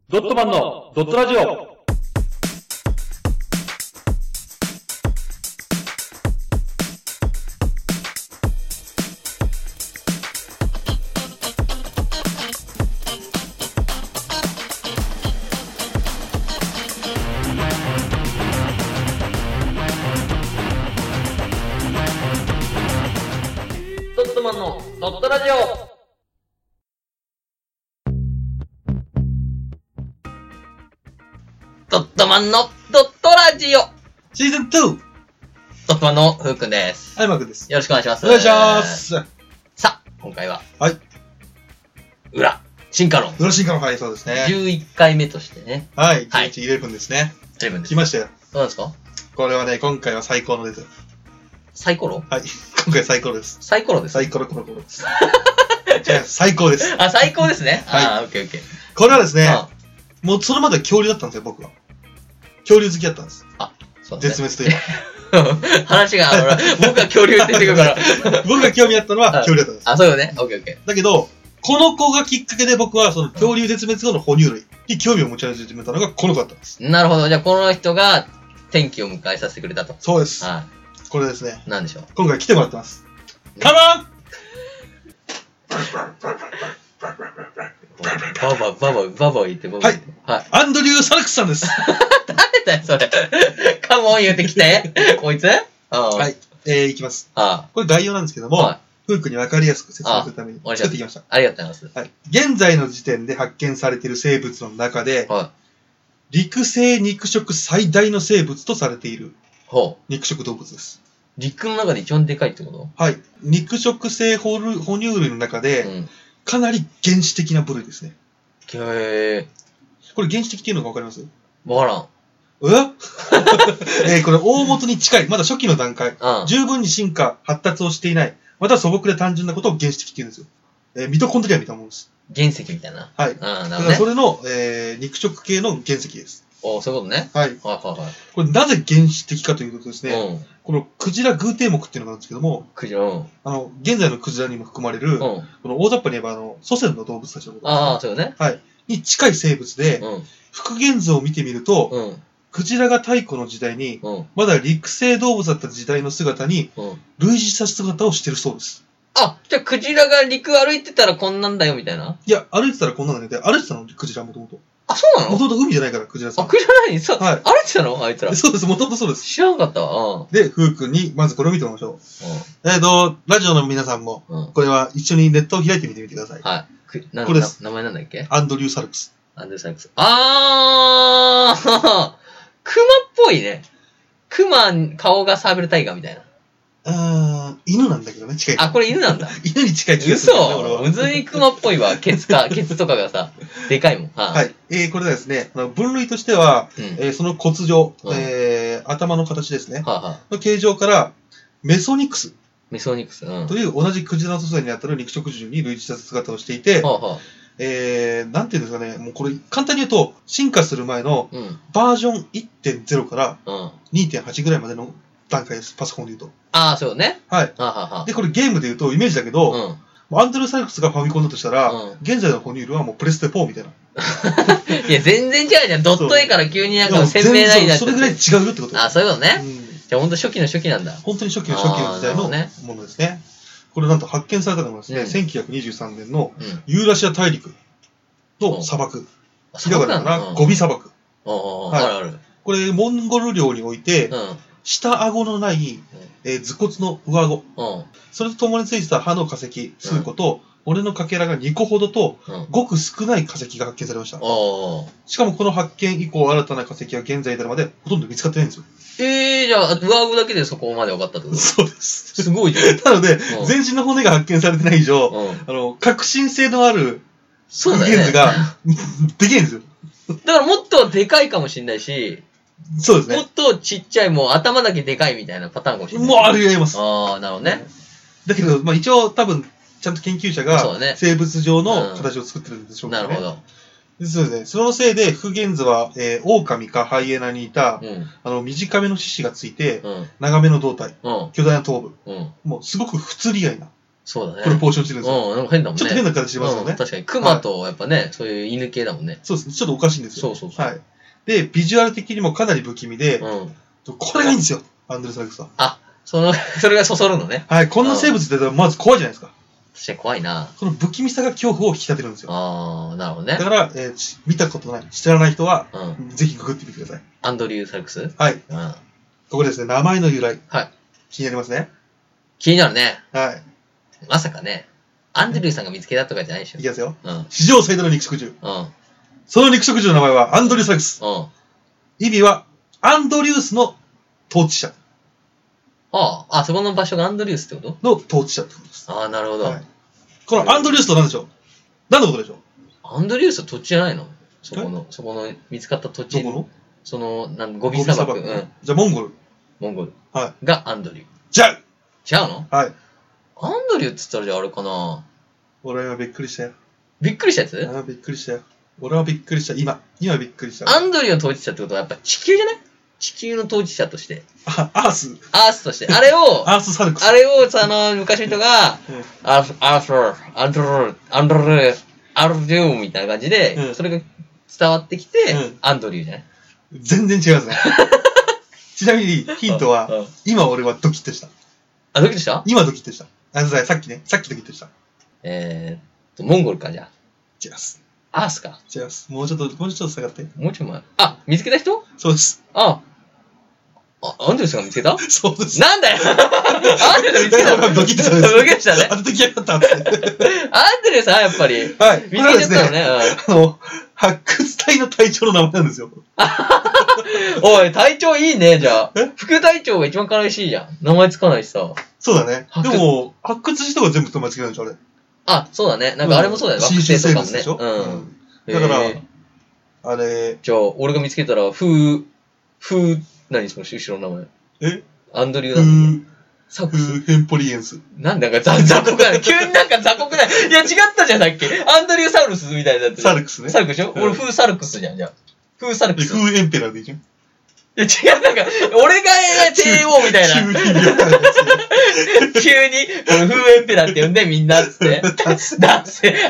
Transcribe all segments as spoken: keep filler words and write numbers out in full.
ドットマンのドットラジオ。 ドットマンのドットラジオ。ドットマンのドットラジオ。 シーズンツー。 ドットマンのふうくんです。 はい、マークです。 よろしくお願いします。 お願いします。 さあ、今回は。 はい。 裏、進化論。 裏進化論、はい、そうですね。 じゅういっかいめとしてね。 はい、じゅういち、じゅういちですね。 じゅういちです。 来ましたよ。 どうなんですか？ これはね、今回はサイコロです。 サイコロ？ はい、今回サイコロです。 サイコロです。 サイコロコロコロです。じゃあ、最高です。 あ、最高ですね。 はい。 あー、オッケーオッケー。 これはですね、もうそれまで恐竜だったんですよ、僕は。恐竜好きだったんです。 あ、そうですね。 絶滅というか。 話が、僕は恐竜って言ってくるから。 僕が興味あったのは恐竜だったんです。 あ、そうよね。オッケーオッケー。 だけど、この子がきっかけで僕はその恐竜絶滅後の哺乳類に興味を持ち始めたのがこの子だったんです。 なるほど。じゃあ、この人が転機を迎えさせてくれたと。 そうです。 はい。 これですね。 なんでしょう。 今回来てもらってます。カモンババババババ言ってババ言って。はい。 アンドリュー・サルクスさんです。 誰だよ、それ。カモン言うてきて。こいつはい。えー、いきます。 あこれ概要なんですけども、 はいフークに分かりやすく説明するために作ってきました。 ありがとうございます。 はい。現在の時点で発見されている生物の中で、 はい。 陸生肉食最大の生物とされているほう。 肉食動物です。 陸の中で一番でかいってこと？ はい。肉食性哺乳哺乳類の中で、うん、かなり原始的な部類ですね。 へー。 これ原始的っていうのが分かります？ わからん。 ええー、これ大元に近い。まだ初期の段階。 うん、 十分に進化、発達をしていない。または素朴で単純なことを原始的って言うんですよ。えー、ミトコンドリアみたいなものです。 原石みたいな。 はい。 あ、なるほどね。 だからそれの、えー、肉食系の原石です。 お、そういうことね。 はい。 はいはいはい。 これなぜ原始的かというとですね、 うん、 このクジラ偶蹄目っていうのがあるんですけども、 クジラ、うん、 あの、現在のクジラにも含まれる、うん、この大雑把に言えば、あの、祖先の動物たちのことです、ね。 ああ、そうよね。 はい。に近い生物で、うん、復元図を見てみると、うん、クジラが太古の時代に、うん、まだ陸生動物だった時代の姿に、うん、類似した姿をしてるそうです。 あ、じゃあクジラが陸歩いてたらこんなんだよみたいな？ いや、歩いてたらこんなんだけど、歩いてたのクジラもともと。 あ、そうなの？ もともと海じゃないから、クジラさん。 あ、クジラ何そう、はい、歩いてたのあいつら。 そうです、もともとそうです。 知らなかったわ。うん。 で、ふうくんに、まずこれを見てみましょう。うん。えっと、ラジオの皆さんも、うん、これは一緒にネットを開いてみてみてください。 はい。なこれです。 名前なんだっけ？ アンドリュー・サルクス。 アンドリュー・サルクス。あークマっぽいね。クマ、顔がサーベルタイガーみたいな。 あー、犬なんだけどね、近い。 あ、これ犬なんだ。 犬に近い気がする、 ね。嘘むずいクマっぽいわ。ケツか、ケツとかがさ、でかいもん。 は、はい。えー、これはですね、分類としては、うん、えー、その骨状、うん、えー、頭の形ですね。はあはあ、の形状から、メソニクス。 メソニクス、うん、 という同じクジラの祖先にあたる肉食獣に類似した姿をしていて、はあはあ、えー、なんていうんですかね、もうこれ、簡単に言うと、進化する前の、バージョン いってんゼロ から にてんはち ぐらいまでの段階です、パソコンで言うと。ああ、そうね。 はい。はははで、これゲームで言うと、イメージだけど、うん、アンドル・サルクスがファミコンだとしたら、うん、現在の哺乳類はもうプレステフォーみたいな。 いや、全然違うじゃん。ドット絵から急になんか鮮明なになって。 それぐらい違うよってこと。 あ、そういうことね。うん、じゃあ、ほんと初期の初期なんだ。 本当に初期の初期の時代のものですね。これなんと発見されたのがですね、うん、せんきゅうひゃくにじゅうさんねんのユーラシア大陸の砂漠。ひらがなかな、ゴビ砂漠。 はい。あるある。 これ、モンゴル領において、うん、下顎のない、えー、頭骨の上顎、うん。それと共についてた歯の化石、数個と、うん、骨のかけらがにこほどと、うん、ごく少ない化石が発見されました。しかもこの発見以降、新たな化石は現在至るまでほとんど見つかってないんですよ。 ええー、じゃあ、上顎だけでそこまで分かったってこと？ そうです。 すごいじゃん。 なので、うん、全身の骨が発見されてない以上、うん、あの、革新性のある、復元図ができないんですよ。 だからもっとでかいかもしれないし、 そうですね。 もっとちっちゃい、もう頭だけでかいみたいなパターンかもしれない。 もうありえます。 ああ、なるほどね。 だけど、まあ一応多分、ちゃんと研究者が生物上の形を作ってるんでしょうけどね。 なるほど。 そうですね。そのせいで、復元図は、えー、狼かハイエナにいた、うん、あの、短めの四肢がついて、うん、長めの胴体、うん、巨大な頭部、うん、もうすごく不釣り合いなそうだね。 プロポーションしてるんですよ。 うん、なんか変だもんね。 ちょっと変な形しますよね。 うん、確かに。クマとやっぱね、そういう犬系だもんね。 そうですね。ちょっとおかしいんですよ。 そうそうそう。 はい。で、ビジュアル的にもかなり不気味で、うん、これがいいんですよ。アンドリュー・サルクスは。 あ、その、それがそそるのね。 はい。こんな生物ってまず怖いじゃないですか。 確かに怖いな。 その不気味さが恐怖を引き立てるんですよ。 ああ、なるほどね。 だから、えー、見たことない、知らない人は、うん、ぜひググってみてください。 アンドリュー・サルクス？ はい。うん。ここですね、名前の由来。 はい。 気になりますね。 気になるね。 はい。 まさかね、アンドリューさんが見つけたとかじゃないでしょ。 いきますよ。 うん。 史上最大の肉食獣。うん。その肉食獣の名前はアンドリュー・サルクス。うん。意味は、アンドリュースの統治者。 ああ、あ、そこの場所がアンドリュースってことの統治者ってことです。 ああ、なるほど。はい。 このアンドリュースと何でしょう？何のことでしょう？ アンドリュースは土地じゃないの？そこの、そこの見つかった土地。 どこの？ その、なん、ゴビ砂漠。うん。 じゃあ、モンゴル。 モンゴル。 はい。 がアンドリュー。 じゃう！ 違うの？ はい。 アンドリューって言ったらじゃああれかな？ 俺はびっくりしたよ。 びっくりしたやつ？ ああ、びっくりしたよ。俺はびっくりした。今。今びっくりした。 アンドリューの統治者ってことはやっぱ地球じゃない？地球の統治者として。 あ、アース。 アースとして。あれを、 アースサルクス。 あれを、あの、昔の人が、アース、アース、アンドル、アンドル、アルデューみたいな感じで、うん、それが伝わってきて、うん、アンドリューじゃない？ 全然違いますね。ちなみに、ヒントは、うん、今俺はドキッとした。 あ、ドキッとした？ 今ドキッとした。あのさ、さっきね、さっきドキッとした。 えーと、モンゴルか、じゃあ。 違います。 アースか。 違います。もうちょっと、もうちょっと下がって。 もうちょっと前。あ、見つけた人？そうです。 あ、あ、アンドリューさんが見つけた？ そうです。 なんだよアンドリューさん見つけたの？ ドキッとした。 ドキッとしたね。 あの時やったって。アンドリューさんやっぱり。 はい。 見つけちゃったのね。 あの、発掘隊の隊長の名前なんですよ。 おい、隊長いいね、じゃあ。副隊長が一番悲しいじゃん。名前つかないしさ。 そうだね。でも、発掘した人が全部名前つけるんでしょ、あれ。 あ、そうだね。なんかあれもそうだよ。惑星とかもね。うん。 だから、あれ。 じゃあ、俺が見つけたら、ふー、ふー、何その後ろの名前。 えアンドリューなんだ。 サクス。ヘンポリエンス。 なんだか雑酷だね。急になんか雑酷だね。いや、違ったじゃん、さっき。アンドリューサウルスみたいなやつ。 サルクスね。 サルクスでしょ？俺、フーサルクスじゃん、じゃあ。フーサルクス。 フーエンペラーでいいじゃん。いや、違う、なんか、俺が帝王みたいな。急に、急に、俺、フーエンペラーって呼んで、みんな、つって。だって、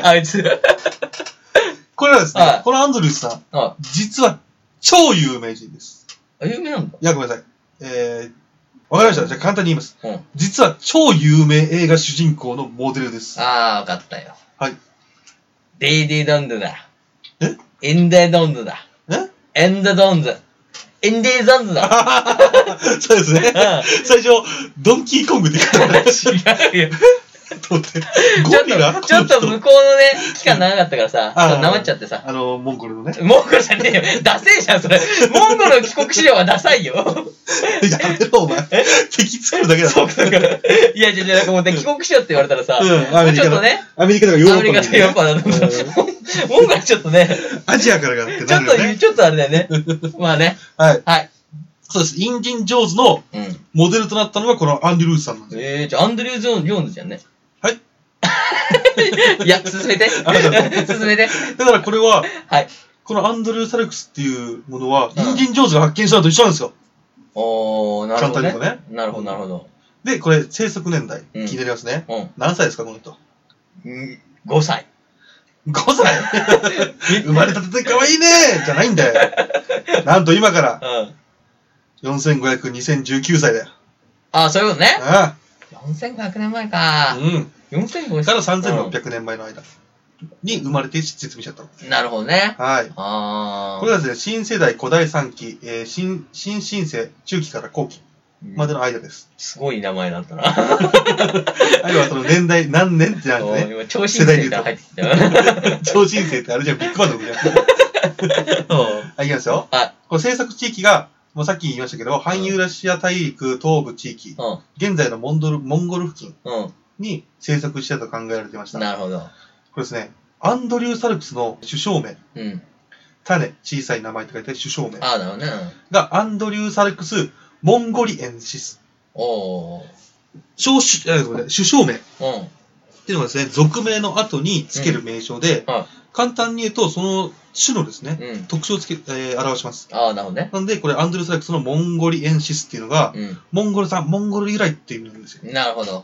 あいつ。 これはですね、このアンドリュースさん、実は、超有名人です。 あ、有名なんだ。 いや、ごめんなさい。えー、わかりました。じゃあ簡単に言います。うん、実は超有名映画主人公のモデルです。 ああ、わかったよ。 はい。 デイディドンドだ。 えエンデドンドだ。 えエンデドンド。エンデザンドだ。 そうですね。うん、最初、ドンキーコングって言ったら違うよ。 と思って。 ちょっと、ちょっと向こうのね、期間長かったからさ、なまっちゃってさ。 あの、モンゴルのね。 モンゴルじゃねえよ。ダセえじゃん、それ。モンゴルの帰国資料はダサいよ。やめろ、お前。敵作るだけだそうだから。いや、じゃじゃなんかもうね、帰国しようって言われたらさ、 うん、アメリカちょっとね。 アメリカとかヨーロッパ。 アメリカとかヨーロッパだと。モンゴルちょっとね。 アジアからがってなるよね。ちょっと、ちょっとあれだよね。まあね。 はい。 はい。 そうです。インディン・ジョーンズのモデルとなったのがこのアンディ・ルースさんなんです。 えー、じゃあアンドリュー・ジョーンズじゃんね。 はい。 いや、進めて。進めて。 だからこれは、 はい。 このアンドリュー・サルクスっていうものは、インディン・ジョーンズが発見したのと一緒なんですよ。 おー、なるほど、ね。 簡単に言うとね。 なるほど、なるほど。 で、これ、生息年代、気になりますね。うん。何歳ですか、この人。 うん、ごさい。 ごさい生まれたてで可愛いねじゃないんだよ。なんと今から、よんせんごひゃく、にせんじゅうきゅうさいだよ。 ああ、そういうことね。 ああ。よんせんごひゃくねんまえか。 うん。 よんせんごひゃくからさんぜんろっぴゃくねんまえの間に生まれて実現しちゃったの。 なるほどね。 はい。 ああ。 これはですね、新世代古代三期、えー、新、新新世中期から後期までの間です。 すごい名前だったな。 あるいはその年代、何年ってなんでね。 今、超新世から入ってきたよ。 超新世ってあれじゃん、ビッグバンドみたいな。はい、いきますよ。 はい。 この制作地域が、もうさっき言いましたけど、反ユーラシア大陸東部地域、うん、現在のモンドル、モンゴル付近に生息してたと考えられていました。 なるほど。 これですね、アンドリュー・サルクスの首相名。うん。種、小さい名前って書いて首相名。 ああ、なるほどね。 が、アンドリュー・サルクス、モンゴリエンシス。 おー。 首相名。うん。っていうのがですね、属名の後につける名称で、うん、簡単に言うと、その種のですね、うん、特徴をつけ、えー、表します。 ああ、なるほどね。 なんで、これ、アンドリュー・サルクスのモンゴリエンシスっていうのが、うん、モンゴルさん、モンゴル由来っていう意味なんですよ。 なるほど。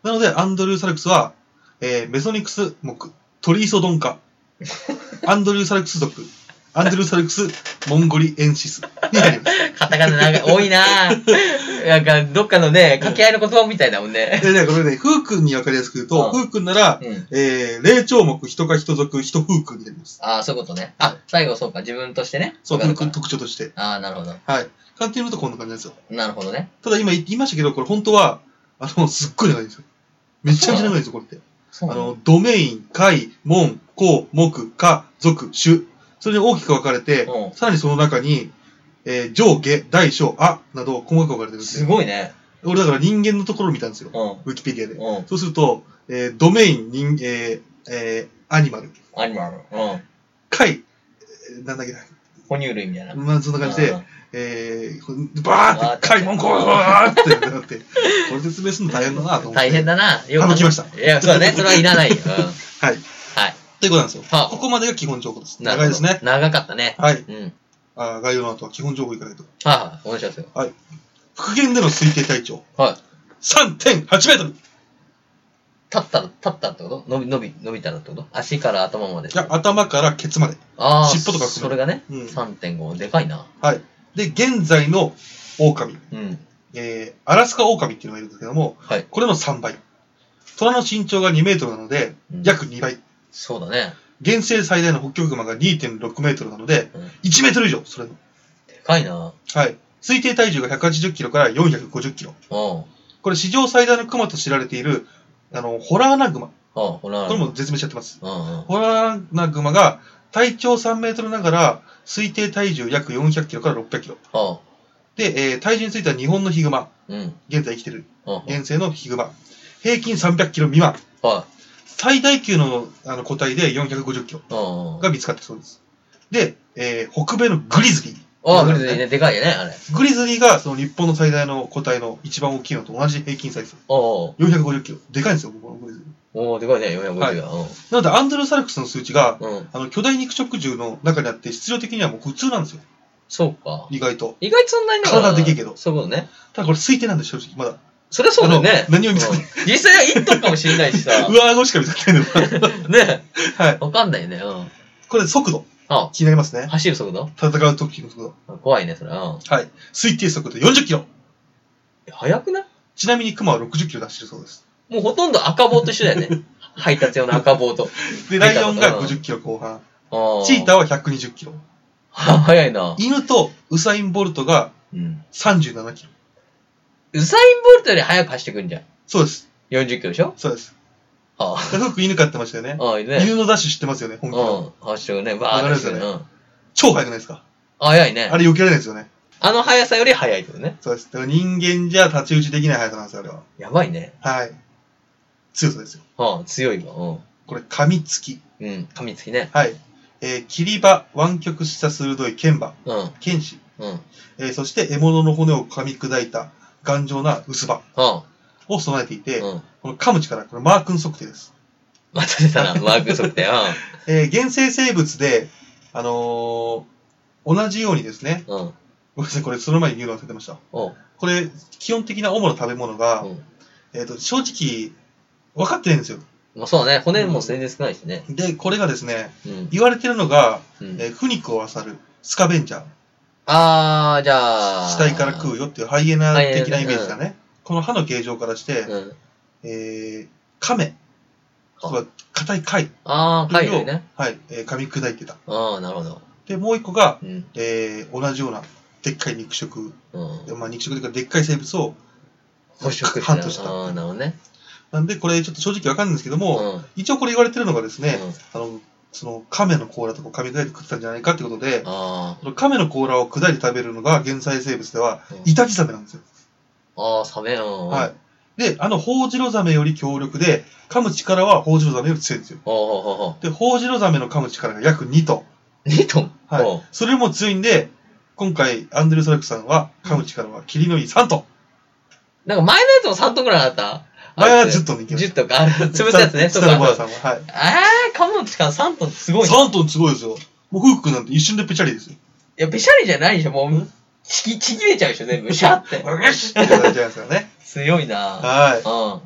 なので、アンドリュー・サルクスは、えー、メソニクス目、トリイソドン科、アンドリュー・サルクス属、アンドリュー・サルクス、モンゴリエンシスになります。 カタカナ長い、多いなぁ。なんか、どっかのね、掛け合いの言葉みたいだもんね。 でね、これね、フー君に分かりやすく言うと、フー君なら、うん、えー、霊長目、人か人属、人フー君になります。 ああ、そういうことね。あ、最後そうか、自分としてね。 そう、フー君特徴として。 ああ、なるほど。 はい。簡単に言うとこんな感じなんですよ。 なるほどね。 ただ今言いましたけど、これ本当は、あの、すっごい長いんですよ。めちゃめちゃ長いんですよ、これって。あの、ドメイン、界、門、項、目、科、属、種。それに大きく分かれて、うん、さらにその中に、えー、上下、大小、あ、など、細かく分かれてるんですよ。すごいね。 俺だから人間のところを見たんですよ。うん、ウィキペディアで。うん、そうすると、えー、ドメイン、人、えー、えー、アニマル。 アニマル。うん。 貝、なんだっけな。 哺乳類みたいな。 まあ、そんな感じで、うん、えー、バーって、貝、モンコーってなって、これ説明するの大変だなと思って。 大変だな。 よく省きました。 いや、そうだね。それはいらないよ。うん、はい。 はい。ということなんですよ。はあ、ここまでが基本情報です。長いですね。 長かったね。 はい。うん。あ概要の後は基本情報いかないと。 はあ、お願いしますよ。 はい。復元での推定体長。 はい。 さんてんはちメートル。 立ったら、立ったってこと伸び、伸び、伸びたらってこと足から頭まで。 いや、頭からケツまで。 ああ。 尻尾とかそれがね。うん。さんてんご。でかいな。 はい。で、現在の狼。うん。えー、アラスカ狼っていうのがいるんですけども、はい。これのさんばい。虎の身長がにメートルなので、うん、約にばい。 そうだね。 現世最大のホッキョクグマが にてんろくメートルなので、うん、いちメートル以上、それの。 でかいな。 はい。推定体重がひゃくはちじゅっキロからよんひゃくごじゅっキロ。これ史上最大のクマと知られている、あの、ホラーナグマ。ホラーナグマ。これも絶滅しちゃってます。うんうん、ホラーナグマが体長さんメートルながら、推定体重約よんひゃくキロからろっぴゃくキロ。で、えー、体重については日本のヒグマ。うん、現在生きてる。現世のヒグマ。平均さんびゃくキロ未満。最大級のあの個体でよんひゃくごじゅっキロが見つかったそうです。で、えー、北米のグリズリー。 ああ、グリズリーね。でかいよね、あれ。 グリズリーがその日本の最大の個体の一番大きいのと同じ平均サイズ。よんひゃくごじゅっキロ。でかいんですよ、僕のグリズリー。 おー、でかいね、よんひゃくごじゅう。はい、 なので、アンドルー・サルクスの数値が、うん、あの巨大肉食獣の中にあって、質量的にはもう普通なんですよ。 そうか。 意外と。 意外とそんなに体でけえけど。 そういうことね。 ただこれ推定なんで、正直、まだ。 そりゃそうだよね。 何を見つけて、 うん、実際は一トンかもしれないしさ。 上顎しか見つけないんだよ。 ねはい。 わかんないね。うん。 これ速度。 ああ気になりますね。 走る速度戦う時の速度。 怖いね、それ。うん。 はい。推定速度よんじゅっキロ。 速くない？ ちなみにクマはろくじゅっキロ出してるそうです。 もうほとんど赤棒と一緒だよね。配達用の赤棒と。 で、ライオンがごじゅっキロ後半。チーターはひゃくにじゅっキロ。 は、速いな。 犬とウサイン・ボルトがさんじゅうななキロ。 ウサイン・ボルトより速く走ってくんじゃん。 そうです。 よんじゅっキロでしょ？ そうです。 ああ。 フク犬飼ってましたよね。 ああ、いいね。 犬のダッシュ知ってますよね、本気の。 うん。走ってるね。バーッと走ってるね。 超速くないですか？ 速いね。 あれ避けられないですよね。 あの速さより速いってことね。 そうです。だから人間じゃ太刀打ちできない速さなんですよ、あれは。 やばいね。 はい。強さですよ。 ああ、強いわ。うん。 これ、噛みつき。 うん、噛みつきね。 はい。えー、切り刃、湾曲した鋭い剣刃。うん。剣士。うん。えー、そして獲物の骨を噛み砕いた頑丈な薄刃。うん。を備えていて、うん、この噛む力、これマークン測定です。 また出たな、マークン測定。うん。 えー、原生生物で、あのー、同じようにですね、うん。ごめんなさい、これその前に言うの忘れてました。うん。これ、基本的な主な食べ物が、うん、えっと、正直、分かってないんですよ。 まあそうだね。骨も全然少ないしね。 で、これがですね、うん、言われてるのが、うん、えー、腐肉を漁るスカベンジャー。 あー、じゃあ。 死体から食うよっていうハイエナ的なイメージだね。うん、この歯の形状からして、うん、えー、亀。硬い貝。 あー、貝ね。 はい、えー、噛み砕いてた。 あー、なるほど。 で、もう一個が、うん、えー、同じような、でっかい肉食。うん、まあ肉食というか、でっかい生物を、 捕食ハントした。 あー、なるほどね。 なんで、これちょっと正直わかんないんですけども、うん、一応これ言われてるのがですね、うん、あの、その亀の甲羅とか噛み砕いて食ってたんじゃないかってことで、その亀の甲羅を砕いて食べるのが原生生物では、うん、イタチザメなんですよ。 ああ、サメ、うん。 はい。で、あの、ホウジロザメより強力で、噛む力はホウジロザメより強いんですよ。で、ホウジロザメの噛む力が約にトン。 にトン？ はい。それも強いんで、今回、アンドリュー・サルクさんは、噛む力は、キリのいいさんトン。 なんか前のやつもさんトンくらいあった前はじゅっトンでいきました。 じゅっトンか。あれ、潰すやつね。 そうか。さんは。はい。 えー、噛む力さんトンってすごいね。 さんトンすごいですよ。もうフークなんて一瞬でペチャリですよ。 いや、ペチャリじゃないでしょ。もう、ちぎ、ちぎれちゃうでしょ、全部。シャって。 よしってやられちゃいますからね。 強いなはい。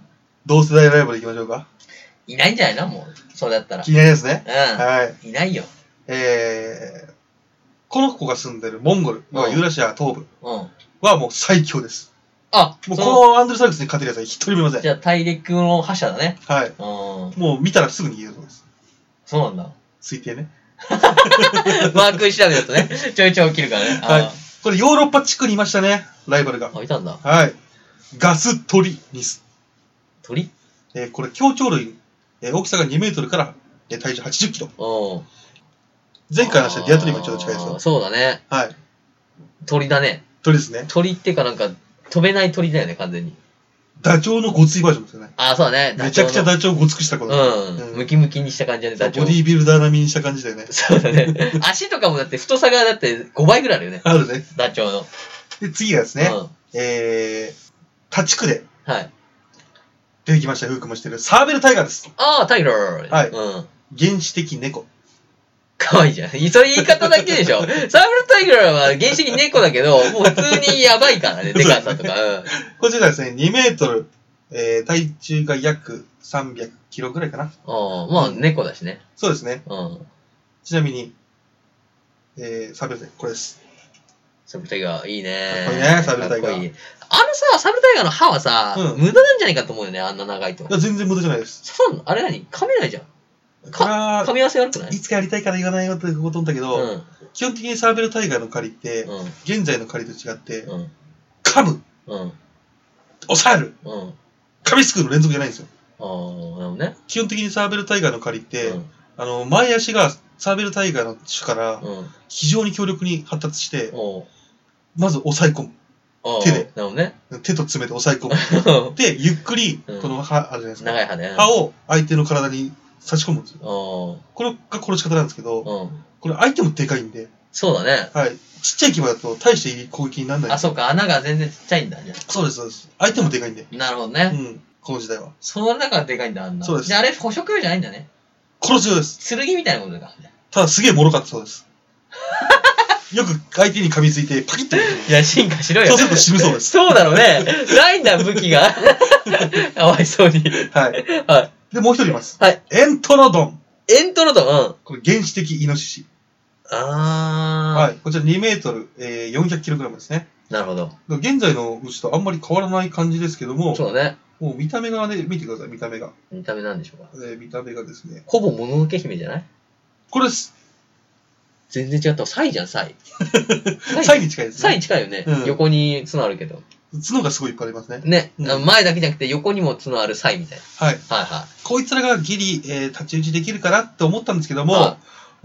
同世代ライバル行きましょうか。 いないんじゃないのもう、そうだったら。 気になりますね。 うん。 はい。 いないよ。 えー、この子が住んでるモンゴル、ユーラシア東部はもう最強です。 あ、 もうこのアンドレサウルスに勝てるやつは一人もいません。 じゃあ大陸の覇者だね。 はい。もう見たらすぐに言えるそうです。そうなんだ。 推定ね。 マーク調べだとね、ちょいちょい起きるからね。 はい。これヨーロッパ地区にいましたね、ライバルが。 あ、いたんだ。 はい。ガストリニス。 鳥えー、これ、協調類。えー、大きさがにメートルから、えー、体重はちじゅっキロ。お前回の話はディアトリウムにちょっと近いですよ。 そうだね。 はい。 鳥だね。 鳥ですね。 鳥っていうかなんか、飛べない鳥だよね、完全に。 ダチョウのごついバージョンですよね。 ああ、そうだね。 めちゃくちゃダチョウごつくしたこと。 うん。ムキムキにした感じだね、ダチョウ。 ボディービルダー並みにした感じだよね。 そうだね。足とかもだって太さがだってごばいぐらいあるよね。 あるね。 ダチョウの。 で、次がですね、うん、えー、タチクで。はい。出てきました、フークもしてる。サーベルタイガーです。 ああ、タイガー。 はい。うん。原始的猫。 かわいいじゃん。それ言い方だけでしょ。サーベルタイガーは原始的猫だけど、もう普通にやばいからね、デカさとか。うん。 こちらですね、にメートル、えー、体重が約さんびゃくキロぐらいかな。ああ、まあ、猫だしね。 そうですね。うん。ちなみに、えー、サーベルタイガー、これです。 サーベルタイガー、いいね。 かっこいいね、サーベルタイガー。 あのさ、サーベルタイガーの歯はさ、うん、無駄なんじゃないかと思うよね、あんな長いと。 いや、全然無駄じゃないです。 そうなの？あれ何？噛めないじゃん。か、噛み合わせ悪くない？ いつかやりたいから言わないよってこと思ったけど、うん、基本的にサーベルタイガーの狩りって、うん、現在の狩りと違って、うん、噛む、うん、抑える、うん、噛みつくの連続じゃないんですよ。ああ、なるほどね。基本的にサーベルタイガーの狩りって、うん、あの、前足がサーベルタイガーの種から非常に強力に発達して、うん、まず押さえ込む。手で。なるほどね。手と爪で押さえ込む。で、ゆっくり、この歯、あるじゃないですか。長い歯ね。歯を相手の体に差し込むんですよ。これが殺し方なんですけど、これ相手もでかいんで。 そうだね。 はい。ちっちゃい牙だと大していい攻撃にならない。 あ、そうか。穴が全然ちっちゃいんだね。 そうです、そうです。相手もでかいんで。 なるほどね。うん。 この時代は。 その中がでかいんだ、あんな。そうです。じゃああれ、捕食用じゃないんだね。 殺す用です。 剣みたいなことだから。 ただすげえ脆かったそうです。よく相手に噛みついてパキッと。 いや、進化しろよ。 そうすると死ぬそうです。 そうだろうね。ないんだ、武器が。かわいそうに。 はい。はい。で、もう一人います。 はい。 エントロドン。 エントロドン、うん。 これ原始的イノシシ。あー。はい。こちらにメートル、えー、よんひゃくキログラムですね。 なるほど。 現在の牛とあんまり変わらない感じですけども。 そうだね。 もう見た目がね、見てください、見た目が。 見た目なんでしょうか。 えー、見た目がですね。 ほぼもののけ姫じゃない？ これです。 全然違った。サイじゃん、サイ。 サイに近いですね。 サイ近いよね。うん、横に角あるけど。 角がすごいいっぱいありますね。 ね。うん、前だけじゃなくて横にも角あるサイみたいな。 はい。はいはい。こいつらがギリ、えー、太刀打ちできるかなって思ったんですけども、はい、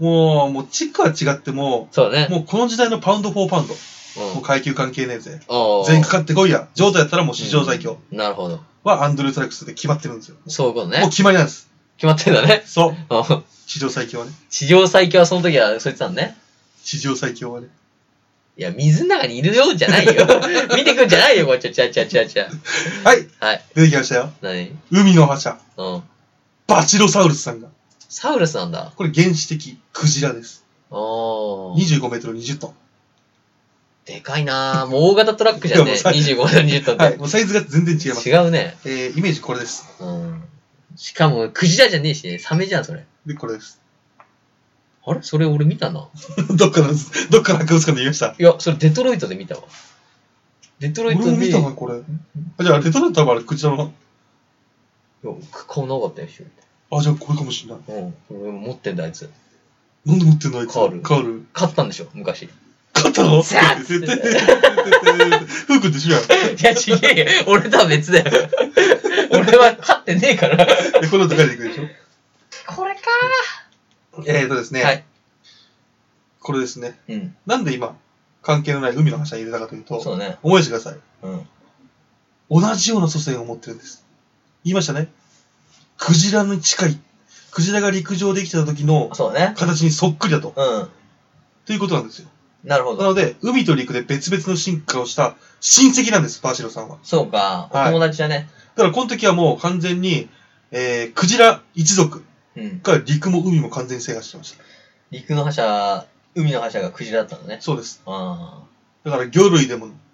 もう、もう、チックは違っても、 そうね。 もうこの時代のパウンド・フォー・パウンド。うん、もう階級関係ねえぜ。全員かかってこいや。ジョータやったらもう史上最強。 うん、なるほど。 はアンドルー・トラックスで決まってるんですよ。 そういうことね。 もう決まりなんです。 決まってるんだね。 そう。史上最強はね。 史上最強はその時はそう言ってたのね。 史上最強はね。 いや、水の中にいるよじゃないよ。見てくんじゃないよ、こっちゃちゃちゃちゃちゃ。 はい。はい。出てきましたよ。 何？ 海の覇者。うん。バチロサウルスさんが。 サウルスなんだ。 これ原始的クジラです。おー。にじゅうごメートルにじゅっトン。 でかいなぁ。もう大型トラックじゃんね。にじゅうごメートルにじゅっトンって。 はい。もうサイズが全然違います。 違うね。 えー、イメージこれです。 うん。しかも、クジラじゃねえしね。サメじゃん、それ。 で、これです。 あれそれ俺見たな。 どっかの、どっかの博物館で見ました。 いや、それデトロイトで見たわ。デトロイトで。 俺も見たな、これ。あ、じゃあ、デトロイトはあれ、クジラの。 いや、顔なかったよ、一緒に。 あ、じゃあこれかもしれない。 うん。俺持ってんだ、あいつ。 なんで持ってんの、あいつ。 カール。 カール。 買ったんでしょ、昔。 買ったのさあ絶対、絶対、フー君と一緒やん。 いや、ちげえよ。俺とは別だよ。俺は買ってねえから。 で、この後書いていくでしょ。 これかー。えーとですね。はい。これですね。うん。なんで今、関係のない海の覇者に入れたかというと、 そうね。 思い出してください。うん。同じような祖先を持ってるんです。言いましたね。クジラに近い。クジラが陸上で生きてた時の形にそっくりだと。うん。ということなんですよ。 なるほど。 なので、海と陸で別々の進化をした親戚なんです、バーシロさんは。 そうか。お友達だね。はい、 だからこの時はもう完全に、えー、クジラ一族が陸も海も完全に制覇してました。 陸の覇者、海の覇者がクジラだったのね。 そうです。あだから魚類でも、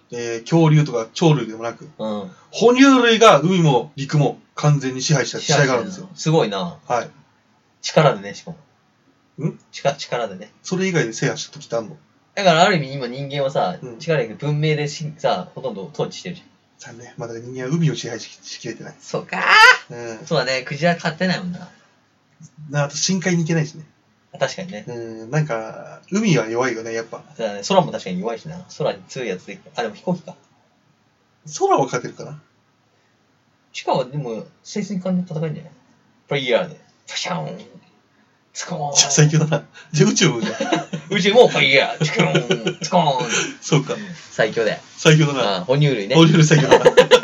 えー、恐竜とか鳥類でもなく、 うん。 哺乳類が海も陸も完全に支配した時代があるんですよ。 すごいな。 はい。 力でね、しかも。 ん力、力でね。 それ以外で制覇した時ってあんの？ だからある意味今人間はさ、 うん、 力で文明でしさ、ほとんど統治してるじゃん。残念。まだ人間は海を支配ししきれてない。 そうかー。うん。 そうだね、クジラ飼ってないもんな。 なあと深海に行けないしね。 確かにね。 うん、なんか、海は弱いよね、やっぱ。 そうだね、空も確かに弱いしな。空に強いやつで、あ、でも飛行機か。 空は勝てるかな。 しかも、でも、潜水艦で戦えんじゃない？プレイヤーで。パシャーン。スコーン。 じゃあ最強だな。じゃあ宇宙もじゃ宇宙もプレイヤー。チコーン。スコーン。 そうか。 最強だよ。 最強だな。 ああ、哺乳類ね。 哺乳類最強だな。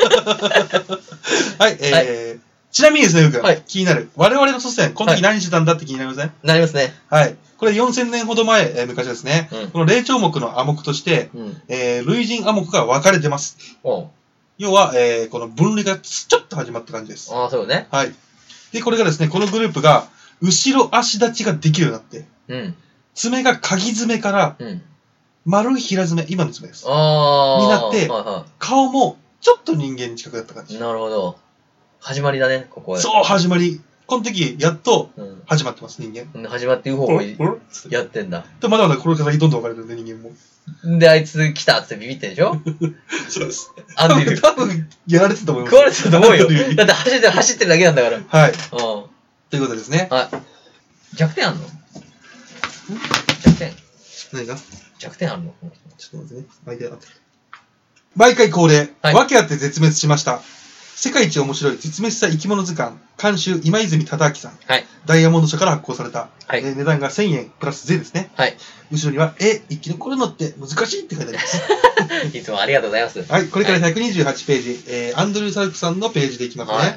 はい、えー、はい、ちなみにですね、ふうくん、はい、気になる。我々の祖先、この時何してたんだって気になりません？ なりますね。 はい。これよんせんねんほど前、えー、昔ですね、うん、この霊長目の亜目として、うん、えー、類人亜目が分かれてます。お要は、えー、この分離がちょっと始まった感じです。 ああ、そうね。 はい。で、これがですね、このグループが、後ろ足立ちができるようになって、うん、爪が鍵爪から、うん、丸い平爪、今の爪です。あになって、はいはい、顔もちょっと人間に近くなった感じ。 なるほど。始まりだね、ここは。 そう、始まり。この時、やっと、始まってます、人間。 うん、始まって ユーフォー もやってんだ。 で、まだまだこれから先どんどん分かれてるんで、人間も。 で、あいつ来たってビビってんでしょそうです。 アンデル。 多分、やられてたと思います。 食われてたと思うよ。だって走ってる、走ってるだけなんだから。 はい。うん。ということですね。 はい。弱点あんの？弱点。 何が？ 弱点あるの？ ちょっと待ってね。相手あって。毎回恒例、はい、訳あって絶滅しました。世界一面白い絶滅した生き物図鑑、監修今泉忠明さん。はい。ダイヤモンド社から発行された。はい。えー、値段がせんえんプラス税ですね。はい。後ろには、え、生き残るのって難しいって書いてあります。 いつもありがとうございます。 はい。これからひゃくにじゅうはちページ、はい、えー、アンドリュー・サルクさんのページでいきますね。はい。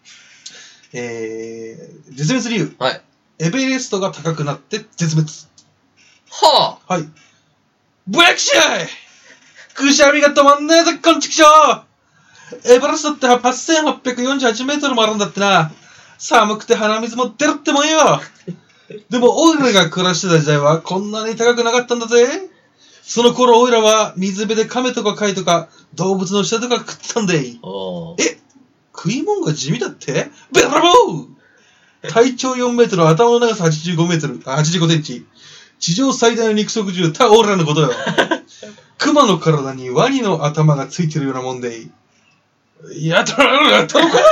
えー、絶滅理由。はい。エベレストが高くなって絶滅。はぁ、あ、はい。ブラックシャイくしゃみが止まんねえぜ、こんちくしょうエベレストってはっせんはっぴゃくよんじゅうはちメートルもあるんだってな。寒くて鼻水も出るってもんよ。でも、オイラが暮らしてた時代はこんなに高くなかったんだぜ。その頃、オイラは水辺で亀とか貝とか動物の舌とか食ってたんで。え、食い物が地味だってベラボー体長よんメートル、頭の長さはちじゅうごメートル、はちじゅうごセンチ。地上最大の肉食獣、タオーラのことよ。熊の体にワニの頭がついてるようなもんで。やったろやったろか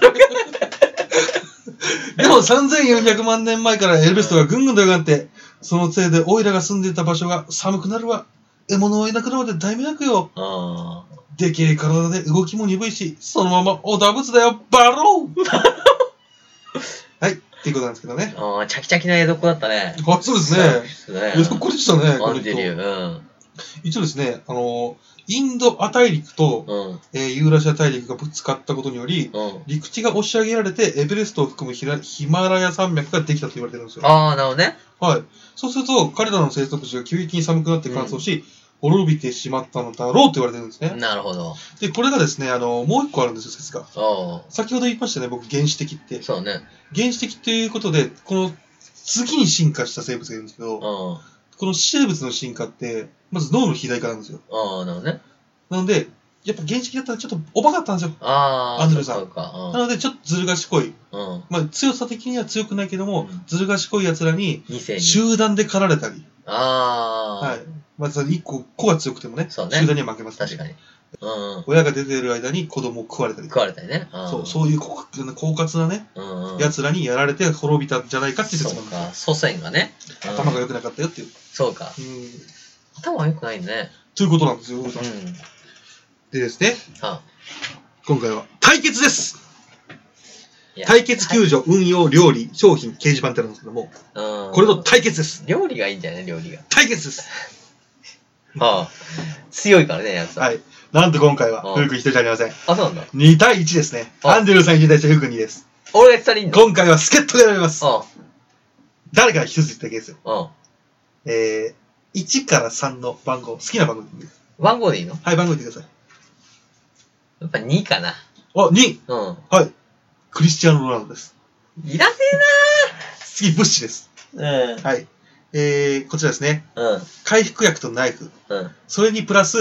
でもさんぜんよんひゃくまんねんまえからエルベストがぐんぐんと上がって、そのせいでオイラが住んでいた場所が寒くなるわ。獲物をいなくなるまで大迷惑よ。でけえ体で動きも鈍いし、そのままおだぶつだよ、バローはい、っていうことなんですけどね。 ああ、チャキチャキな江戸っ子だったね。 あ、そうですね。江戸っ子でしたね、 アンデリュー。うん。 一応ですね、あの、インド亜大陸と、うんえー、ユーラシア大陸がぶつかったことにより、うん、陸地が押し上げられて、エベレストを含むヒラヒマラヤ山脈ができたと言われてるんですよ。 ああ、なるほどね。 はい。そうすると、彼らの生息地が急激に寒くなって乾燥し、うん、滅びてしまったのだろうと言われてるんですね。 なるほど。 で、これがですね、あの、もう一個あるんですよ、説が。先ほど言いましたね、僕、原始的って。 そうね。 原始的っていうことで、この次に進化した生物がいるんですけど、この生物の進化って、まず脳の肥大化なんですよ。 ああ、なるほどね。 なので、やっぱ原始的だったらちょっとおバカだったんですよ。ああ、アンドレさん。そうか、うん。なので、ちょっとずる賢い。うん、まあ、強さ的には強くないけども、うん、ずる賢い奴らに、集団で狩られたり。ああ。はい。まず、一個、子が強くてもね、そうね集団には負けます、ね。 確かに。うん、 親が出てる間に子供を食われたり。 食われたりね。 そう、そういう狡猾なね、うんうん、奴らにやられて滅びたんじゃないかっていう説なんですよ。 そうか、祖先がね。 頭が良くなかったよっていう。 そうか。うん、頭が良くないね。 ということなんですよ、うん、でですね、はあ、今回は対決です。対決救助、運用、料理、商品、掲示板ってあるんですけども、うん、これの対決です。 料理がいいんじゃない料理が。 対決です。 はあ、強いからね、やつは。 はい。なんと今回は、フー君一人じゃありません。 あ、そうなんだ。 に対いちですね。アンデルさんいちに対してフー君にです。 俺がふたりいんの？ 今回は助っ人で選びます。ああ誰か一つ言っただけですよ。ああえー、いちからさんの番号、好きな番号でいいです。 番号でいいの？ はい、番号言ってください。 やっぱにかな。 あ、に! うん。はい。クリスチャーノ・ロナウドです。 いらせえなー。次、ブッシュです。うん。はい。えー、こちらですね。うん。回復薬とナイフ。うん。それにプラス、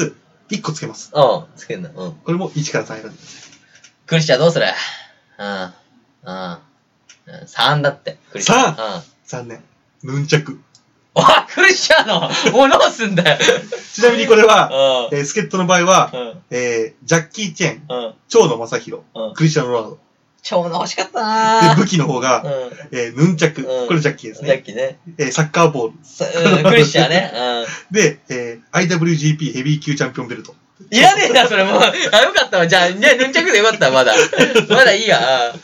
いっこつけます。 うん、つけんだ。うん。 これもいちからさん選んでください。 クリスチャンどうする？うん。うん。さんだって。クリスチャン。 さん? うん。残念。ヌンチャク。 あ、クリスチャンのもうどうすんだよ。 ちなみにこれは、えー、助っ人の場合は、うん、えー、ジャッキー・チェン、うん、長野正宏、うん、クリスチャン・ロナウド。 長野欲しかったなで、武器の方が、うん、えー、ヌンチャク、うん。これジャッキーですね。 ジャッキーね。 えー、サッカーボール。 うん、クリスチャンね。 うん、で、えー、アイダブリュージーピー ヘビー級チャンピオンベルト。 いらねえんだ、それもう。あ、よかったわ。じゃあ、ね、ヌンチャクでよかったわ、まだ。まだいいや。はい、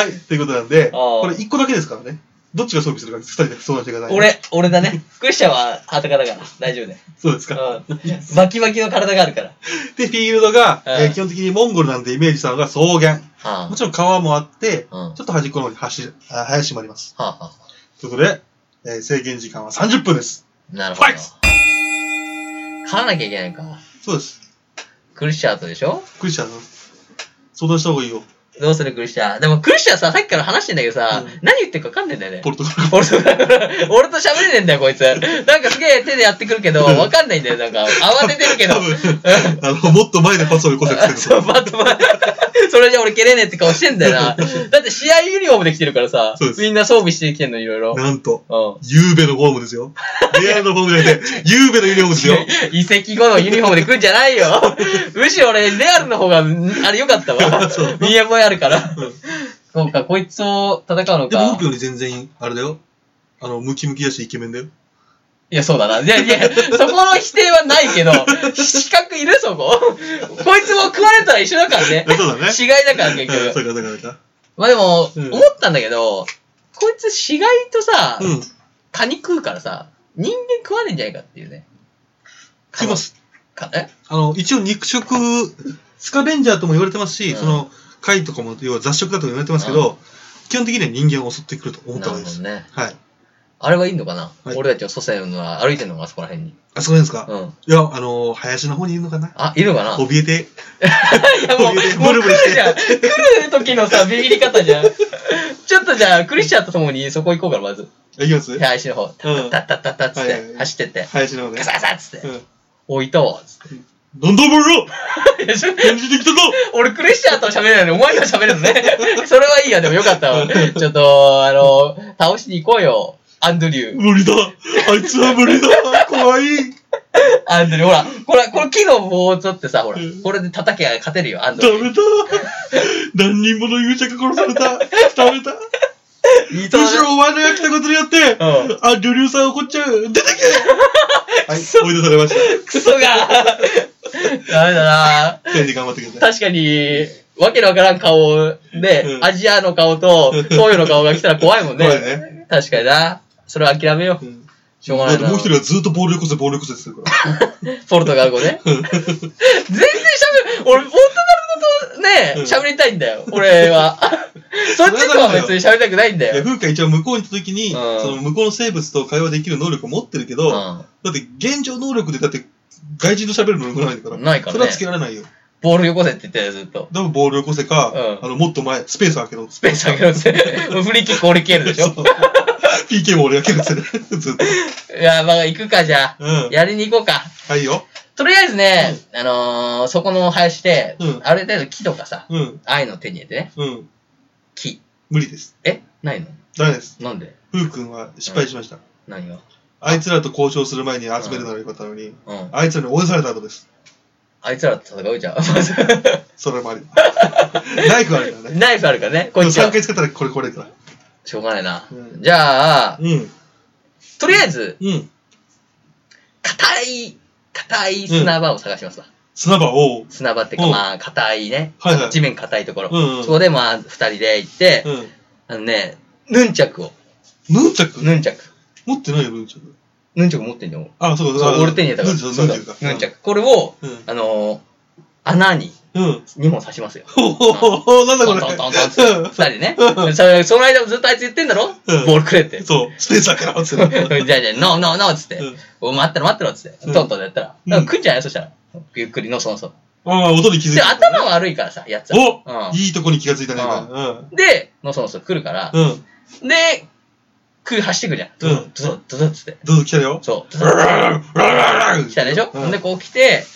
ということなんで、これいっこだけですからね。どっちが装備するか、ふたりで相談してください、 ね。俺、俺だね。クリスチャンはハート型だから、大丈夫ね。 そうですか。 うん。バキバキの体があるから。 で、フィールドが、うん、えー、基本的にモンゴルなんでイメージしたのが草原。はあ、もちろん川もあって、うん、ちょっと端っこの方に橋、あ、林もあります。はあはあ、ということで、えー、制限時間はさんじゅっぷんです。 なるほど。ファイト！勝らなきゃいけないか。 そうです。 クリスチャンとでしょ？ クリスチャン相談した方がいいよ。 どうするクリスチャン。でもクリスチャンさ、さっきから話してんだけどさ、うん、何言ってるか分かんねえんだよね。 ポルトガル。 ポルトガル。俺と喋れねえんだよ、こいつ。なんかすげえ手でやってくるけど、分かんないんだよ。なんか、慌ててるけど。 多分、あの、もっと前でパスをよこせって言ってる。そう、パッと前。それじゃ俺蹴れねえって顔してんだよな。だって試合ユニフォームで来てるからさ、みんな装備してきてんの、いろいろ。 なんと、うん、ゆうべのフォームですよ。レアルのフォームじゃなくて、ゆうべのユニフォームですよ。 移籍後のユニフォームで来るんじゃないよ。むしろ俺、レアルの方が、あれ良かったわ。ミヤボイあるから。そうか、こいつを戦うのか。 でも僕より全然、あれだよ。あの、ムキムキだしイケメンだよ。 いや、そうだな。いや、いや、そこの否定はないけど、資格いるそここいつも食われたら一緒だからね。 そうだね。 死骸だから結局。 そうか、そうか、そうか。 まあでも、うん、思ったんだけど、こいつ死骸とさ、うん、カニ食うからさ、人間食わねえんじゃないかっていうね。 食います。 かえあの、一応肉食、スカベンジャーとも言われてますし、うん、その、貝とかも、要は雑食だと言われてますけど、うん、基本的には人間を襲ってくると思ったわけです。 なるほどね。 はい。 あれはいいのかな、はい、俺たちの祖先は歩いてんのかあそこら辺に。 あそこら辺ですかうん。いや、あのー、林の方にいるのかなあ、いるのかな怯えて。 いやもう、怯えて、ブルブルして。来る時のさ、ビビり方じゃん。ちょっとじゃあ、クリスチャンと共にそこ行こうから、まず。 行きます林の方。タッタッタッタッタッつって、走ってって。 林の方ね。 ガサガサっつって。置いたわ、つって。 なんだお前ら感じてきたぞ俺クリスチャンと喋れないのにお前が喋れるのね。それはいいや、でもよかったわ。ちょっと、あの、倒しに行こうよ。アンドリュー。 無理だ。あいつは無理だ。怖い。 アンドリュー、ほら、これ、これ木の棒を取ってさ、ほら、これで叩けば勝てるよ、アンドリュー。 ダメだ。何人もの勇者が殺された。ダメだ。むしろお前のが来たことによって、うん、アンドリューさん怒っちゃう。出てけはい、追い出されました。 クソがダメだな二人で頑張ってください。 確かに、わけのわからん顔で、うん、アジアの顔と東洋の顔が来たら怖いもんね。 怖いね。 確かにな。それは諦めよう。うん、しょうがないな。 もう一人はずっとボールよこせ、ボールよこせって言ってるから。 ポルトガル語ね。全然喋る。俺、ポルトガル語とね、喋りたいんだよ。俺は。そっちとは別に喋りたくないんだよ。 いや、風花一応向こうに行った時に、うん、その向こうの生物と会話できる能力を持ってるけど、うん、だって現状能力でだって外人と喋る能力ないんだから。 ないからね。 それはつけられないよ。 ボールよこせって言ってたよ、ずっと。 多分ボールよこせか、うん、あの、もっと前、スペース開けろ。 スペース開けろって。フリーキック俺蹴るでしょピーケー も俺が蹴るってずっと。 いや、まあ、行くか、じゃあ。うん。やりに行こうか。 はいよ。 とりあえずね、うん、あのー、そこの林で、うん、ある程度木とかさ、うん、ああいうの手に入れてね。うん。木。 無理です。 えないのダメです。 なんでふうくんは失敗しました。うん、 何があいつらと交渉する前に集めるならよかったのに、うん、あいつらに追い出された後です。 あいつらと戦うじゃん。 それもあり。ナイフあるからね。 ナイフあるからね。こいつは。 さんかい使ったらこれこれから。 しょうがないな。うん、じゃあ、うん、とりあえず、うん、硬い、硬い砂場を探しますわ。うん、 砂場を砂場ってか、まあ、硬いね。はいはい、地面硬いところ。うんうん、そこでまあ、二人で行って、うん、あのね、ヌンチャクを。 ヌンチャクヌンチャク。 持ってないよ、ヌンチャク。 ヌンチャク持ってんじゃん。 あ、そうそう。俺手に入れたから。 ヌンチャクか。 ヌンチャク。これを、あの、穴に、にほん刺しますよ。 ほほほほ、なんだこれ。 トントントントンって。二人でね。その間もずっとあいつ言ってんだろボールくれって。 そう。スペース開けろつって。 じゃあじゃあ、ノーノーノーつって。待ってろ待ってろつって。トントンでやったら。なんか来んじゃないそしたら。ゆっくりのそのそ。 ああ、音に気づいて。 で、頭悪いからさ、やつは。おいいとこに気がついたね。 で、のそのそ来るから。で、く走ってくじゃん。ドドドドドドつって。 ドド来たよ。 そう。ドドドド来たでしょで、こう来て、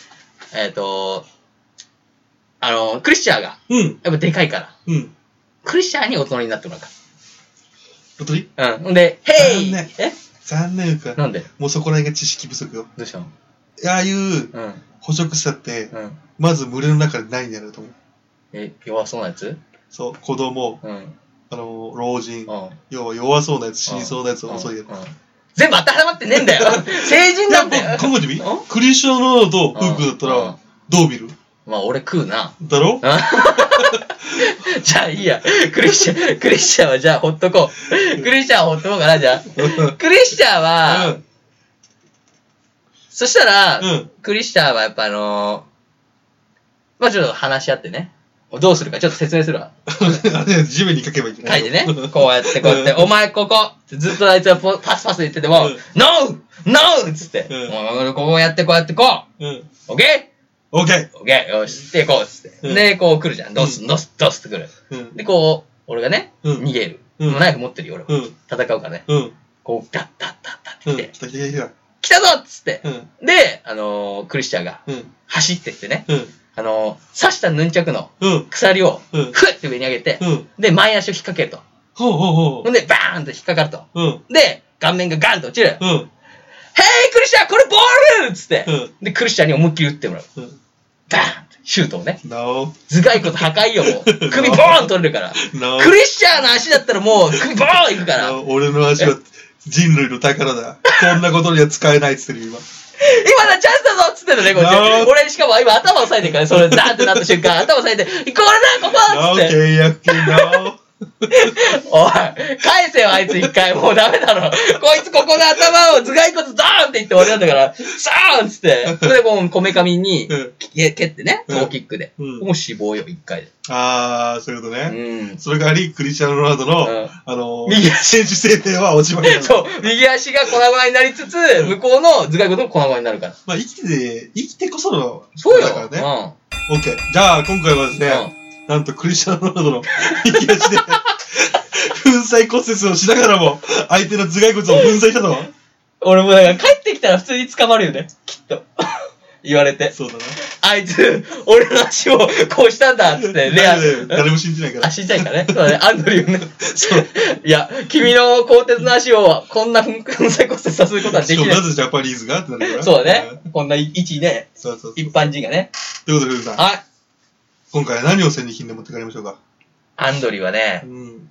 えっと、あの、クリスチャーが、 うん。 やっぱでかいから、 うん。 クリスチャーに大人になってもらうかおとりら。うん。ほんで、ヘイ残念え残念か。 なんでもうそこら辺が知識不足よ。 どうしたの？ ああいううん。 捕食者って、 うん。 まず群れの中でないんだろうと思う。 え、弱そうなやつ？ そう、子供、 うん。 あの、老人、 うん。 要は弱そうなやつ、死にそうなやつ、遅いやつ。 全部当てはまってねえんだよ。成人なんだよ。 考えてみ？クリスチャン・ロナウドとフークだったら、どう見る？ まあ俺食うな。 だろ？ じゃあいいや。クリスチャン、クリスチャンはじゃあほっとこう。クリスチャンはほっとこうかな、じゃあ。クリスチャンは、うん、そしたら、うん、クリスチャンはやっぱあのー、まあちょっと話し合ってね。どうするかちょっと説明するわ。 あれ、地面に書けばいいんじゃない？ 書いてね。こうやってこうやって、お前ここずっとあいつはパスパス言ってても、ノーノーっつって、ここやってこうやってこう。オッケーオッケーオッケーよし、で、こうっつって。で、こう来るじゃん。ドス、ドス、ドスって来る。で、こう、俺がね、逃げる。ナイフ持ってるよ、俺は。戦うからね。こう、ダッダッダッダッって来て。来たぞっつって。で、あの、クリスチャンが走ってってね。あの、刺したヌンチャクの鎖を、ふって上に上げて、で、前足を引っ掛けると。ほんで、バーンと引っ掛かると。で、顔面がガンと落ちる。ヘイクリスチャンこれボールっつって、で、クリスチャンに思いっきり打ってもらう。バーンシュートをね。頭蓋骨破壊よ、もう。首ボーン取れるから。クリスチャンの足だったらもう首ボーンいくから。 俺の足は人類の宝だ。こんなことには使えないっつってる今。 今だチャンスだぞっつってんのね、こっち。俺しかも今頭押さえてるから、それザーってなった瞬間、頭押さえて、これだ、ここっつって。 契約金なおい、返せよ、あいつ一回。もうダメだろ。こいつここの頭を頭蓋骨ドーンって言って終わりなんだから、サーンっつって。それでこう、こめかみに、蹴ってね、トーキックで。もう死亡よ、一回で。 あー、そういうことね。うん。それ代わり、クリスチャン・ロナウドの、あの、右足選手生命は落ちまくる。 そう、右足が粉々になりつつ、向こうの頭蓋骨も粉々になるから。 まあ、生きてて、生きてこその、 そうよ。 だからね。うん。オッケー。じゃあ、今回はですね、なんとクリスチャン・ロナウドの右足で、粉砕骨折をしながらも、相手の頭蓋骨を粉砕したの？ 俺もだから帰ってきたら普通に捕まるよね。きっと。言われて。 そうだな。 あいつ、俺の足をこうしたんだっつって。 レアで。誰も信じないから。 あ、信じないからね。そうだね。アンドリューね。そう。いや、君の鋼鉄の足をこんな粉砕骨折させることはできない。 なぜジャパニーズがってなるから。 そうだね。こんな位置ね。そうそう。一般人がね。 ということで、ルーさん。 はい。 今回は何を戦利品で持って帰りましょうか？ アンドリューはね、うん、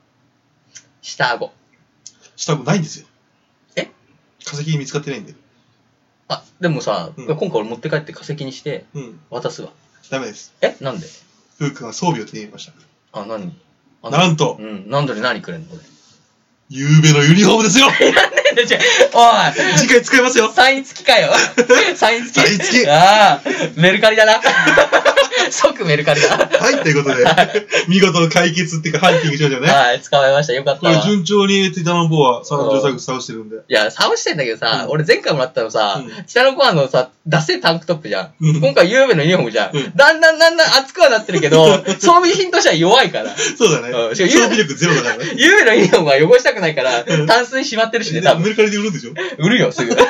下顎。 下顎ないんですよ。 え？ 化石に見つかってないんで。 あ、でもさ、うん、今回俺持って帰って化石にして、渡すわ、うん。ダメです。 え？なんで？ ふうくんは装備を手に入れました。 あ、何？あなんとうん、アンドリュー何くれんの俺。 ゆうべのユニフォームですよ。 いらねえんだじゃん。おい。 次回使いますよ。 サイン付きかよ。サイン付き。 サイン付き。 ああ、メルカリだな。即メルカリだ。 はい、ということで、見事解決っていうか、ハンティングしましたよね。 はい、捕まえました。よかったわ。 これ順調にティタノンボア、さんじゅうさんく倒してるんで。 いや、倒してんだけどさ、俺前回もらったのさ、ティタノンボアのさ、ダセタンクトップじゃん。今回ゆうべのユニフォームじゃん。だんだんだんだん熱くはなってるけど、装備品としては弱いから。 そうだね。装備力ゼロだからね。 ゆうべのユニフォームは汚したくないから、タンスにしまってるしね、多分。 メルカリで売るんでしょ？ 売るよ、すぐ。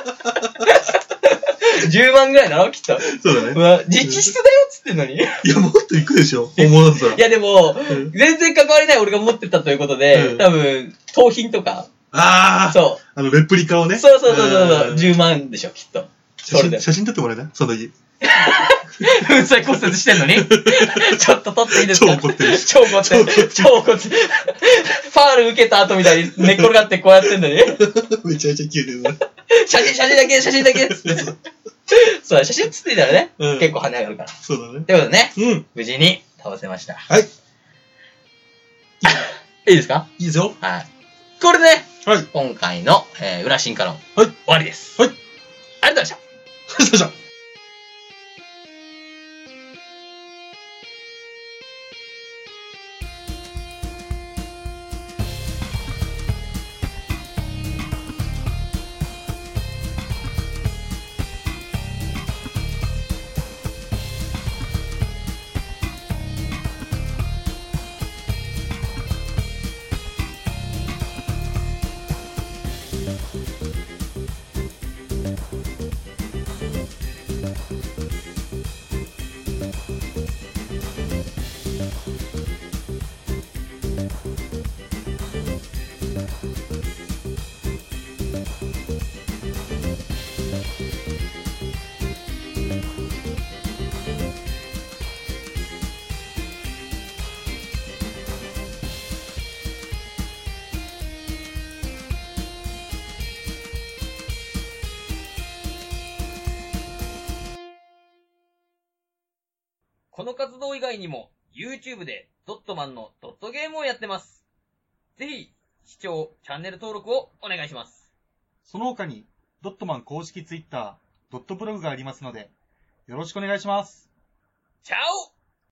じゅうまんぐらいだろきっと。 そうだね。 うわ、直筆だよっつってんのに。いや、もっといくでしょ本物だったら。 いや、でも、全然関わりない俺が持ってたということで、多分、盗品とか。 ああ。 そう。 あの、レプリカをね。 そうそうそうそう。じゅうまんでしょ、きっと。 写真、写真撮ってもらえな、その時。 粉砕骨折してんのにちょっと撮っていいですか？ 超怒ってる。 超怒ってる。超怒ってる。ファール受けた後みたいに寝っ転がってこうやってんのに。 めちゃめちゃキュートだ。 写真、写真だけ、写真だけ。そう、写真つってたらね、うん、結構跳ね上がるから。 そうだね。 ということでね、 うん、 無事に倒せました。 はい。いいですか？ いいですよ。 はい。これでね、 はい、 今回の、えー、裏進化論、 はい、 終わりです。 はい。 ありがとうございました。 ありがとうございました。 この活動以外にも、YouTube でドットマンのドットゲームをやってます。ぜひ、視聴、チャンネル登録をお願いします。 その他に、ドットマン公式 Twitter、ドットブログがありますので、よろしくお願いします。 チャオ